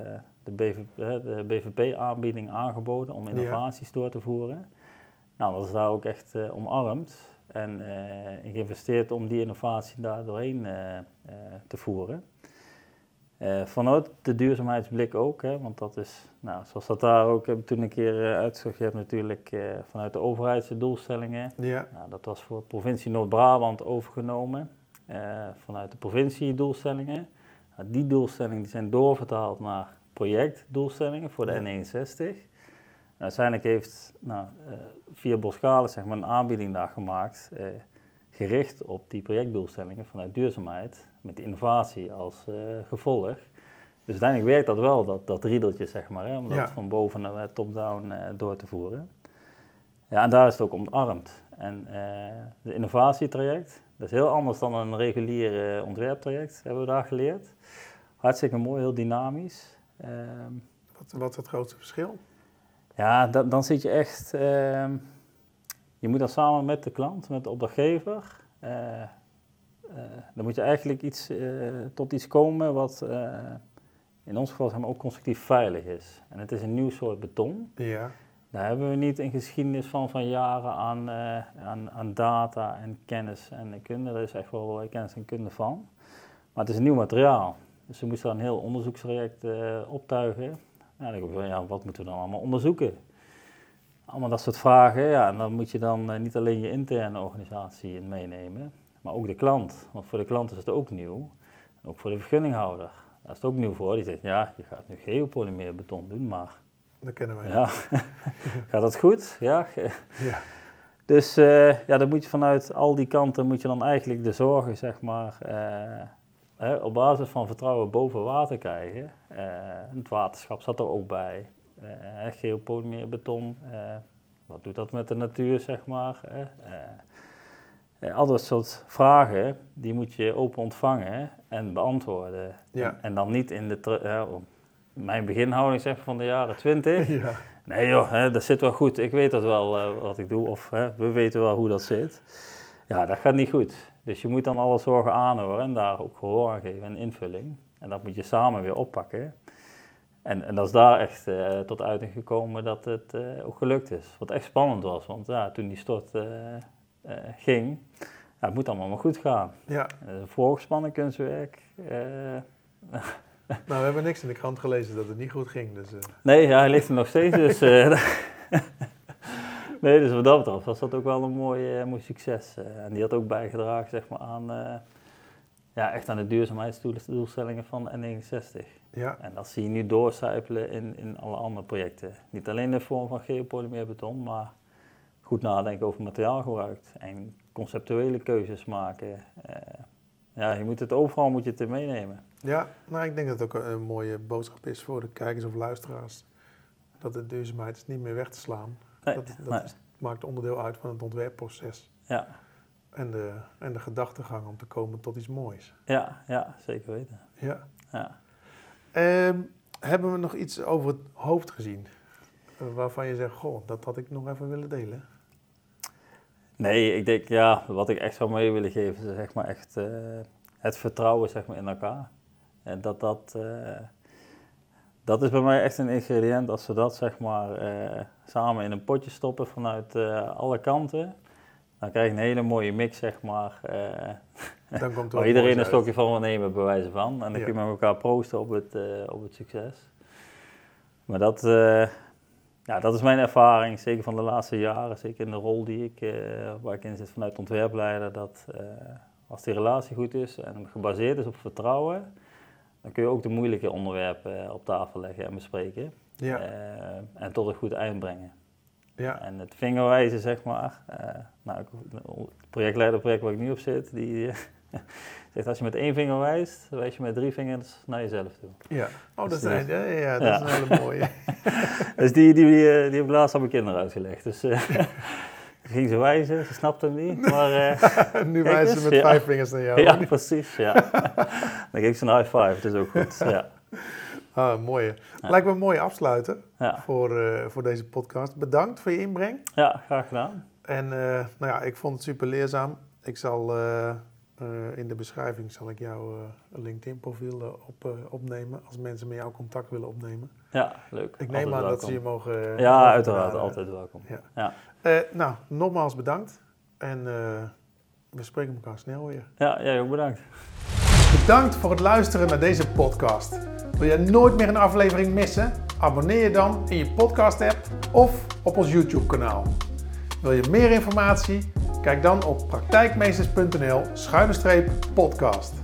de BVP-aanbieding aangeboden om innovaties door te voeren. Nou, dat is daar ook echt omarmd en in geïnvesteerd om die innovatie daar doorheen te voeren. Vanuit de duurzaamheidsblik ook, want dat is, zoals dat daar ook toen een keer uitzag, je hebt natuurlijk vanuit de overheidsdoelstellingen. Ja. Nou, dat was voor provincie Noord-Brabant overgenomen, vanuit de provinciedoelstellingen. Die doelstellingen die zijn doorvertaald naar projectdoelstellingen voor de N61. En uiteindelijk heeft via Boskalis een aanbieding daar gemaakt, gericht op die projectdoelstellingen vanuit duurzaamheid, met de innovatie als gevolg. Dus uiteindelijk werkt dat wel, dat riedeltje, om dat van boven naar top-down door te voeren. Ja, en daar is het ook omarmd. En de innovatietraject, dat is heel anders dan een regulier ontwerptraject, hebben we daar geleerd. Hartstikke mooi, heel dynamisch. Wat is het grootste verschil? Ja, dan zit je echt, je moet dan samen met de klant, met de opdrachtgever, dan moet je eigenlijk tot iets komen wat in ons geval ook constructief veilig is. En het is een nieuw soort beton. Ja. Daar hebben we niet een geschiedenis van jaren aan data en kennis en kunde. Daar is echt wel kennis en kunde van. Maar het is een nieuw materiaal. Dus we moesten dan een heel onderzoekstraject optuigen. Ja, dan denk ik, wat moeten we dan allemaal onderzoeken? Allemaal dat soort vragen. Ja, en dan moet je dan niet alleen je interne organisatie in meenemen, maar ook de klant. Want voor de klant is het ook nieuw. En ook voor de vergunninghouder. Daar is het ook nieuw voor. Die zegt, ja, je gaat nu geopolymeer beton doen, maar... Dat kennen wij. Ja, gaat dat goed? Ja. Ja. Dus dan moet je vanuit al die kanten moet je dan eigenlijk de zorgen, op basis van vertrouwen boven water krijgen. Het waterschap zat er ook bij. Geopolymeer beton, wat doet dat met de natuur, al dat soort vragen, die moet je open ontvangen en beantwoorden. Ja. En dan niet in mijn beginhouding van de jaren 20. Ja. Nee joh, dat zit wel goed, ik weet dat wel wat ik doe, of we weten wel hoe dat zit. Ja, dat gaat niet goed. Dus je moet dan alle zorgen aanhoren en daar ook gehoor aan geven en invulling. En dat moet je samen weer oppakken. En dat is daar echt tot uiting gekomen dat het ook gelukt is. Wat echt spannend was, want toen die stort ging, het moet allemaal maar goed gaan. Ja. Voorgespannen kunstwerk. Nou, we hebben niks in de krant gelezen dat het niet goed ging. Dus, Nee, hij ligt er nog steeds. Dus, nee, dus wat dat betreft was dat ook wel een mooi succes. En die had ook bijgedragen aan, echt aan de duurzaamheidsdoelstellingen van N69. Ja. En dat zie je nu doorcijpelen in alle andere projecten. Niet alleen in de vorm van geopolymeer beton, maar goed nadenken over materiaalgebruik en conceptuele keuzes maken. Je moet het overal moet je het meenemen. Ja, nou ik denk dat het ook een mooie boodschap is voor de kijkers of luisteraars. Dat de duurzaamheid is niet meer weg te slaan. Nee, dat maakt onderdeel uit van het ontwerpproces. Ja. En de gedachtegang om te komen tot iets moois. Ja, zeker weten. Ja. Hebben we nog iets over het hoofd gezien? Waarvan je zegt, goh, dat had ik nog even willen delen? Nee, ik denk, wat ik echt zou mee willen geven is echt het vertrouwen in elkaar. En dat is bij mij echt een ingrediënt. Als we dat samen in een potje stoppen vanuit alle kanten, dan krijg je een hele mooie mix, dan komt waar iedereen een stokje van wil nemen, bij wijze van. En dan kun je met elkaar proosten op het succes. Maar dat is mijn ervaring, zeker van de laatste jaren, zeker in de rol waar ik in zit vanuit ontwerpleider, dat als die relatie goed is en gebaseerd is op vertrouwen, dan kun je ook de moeilijke onderwerpen op tafel leggen en bespreken. Ja. En tot een goed eind brengen. Ja. En het vingerwijzen, het project waar ik nu op zit, Zegt, als je met 1 vinger wijst, dan wijs je met 3 vingers naar jezelf toe. Ja, dat is Dus een hele mooie. Dus die heb ik laatst aan mijn kinderen uitgelegd. Dus ging ze wijzen, ze snapte hem niet. Maar, nu wijzen ze met 5 vingers naar jou. Ja, precies. Ja. Dan geef ik ze een high five, dat is ook goed. Ja. Mooi. Lijkt me een mooie afsluiter Ja. voor deze podcast. Bedankt voor je inbreng. Ja, graag gedaan. En ik vond het super leerzaam. Ik zal in de beschrijving jouw LinkedIn profiel opnemen als mensen met jou contact willen opnemen. Ja, leuk. Ik neem aan dat ze je mogen... Ja, uiteraard. Altijd welkom. Ja. Ja. Nogmaals bedankt. En we spreken elkaar snel weer. Ja, jij ook bedankt. Bedankt voor het luisteren naar deze podcast. Wil je nooit meer een aflevering missen? Abonneer je dan in je podcast app of op ons YouTube kanaal. Wil je meer informatie? Kijk dan op praktijkmeesters.nl/podcast.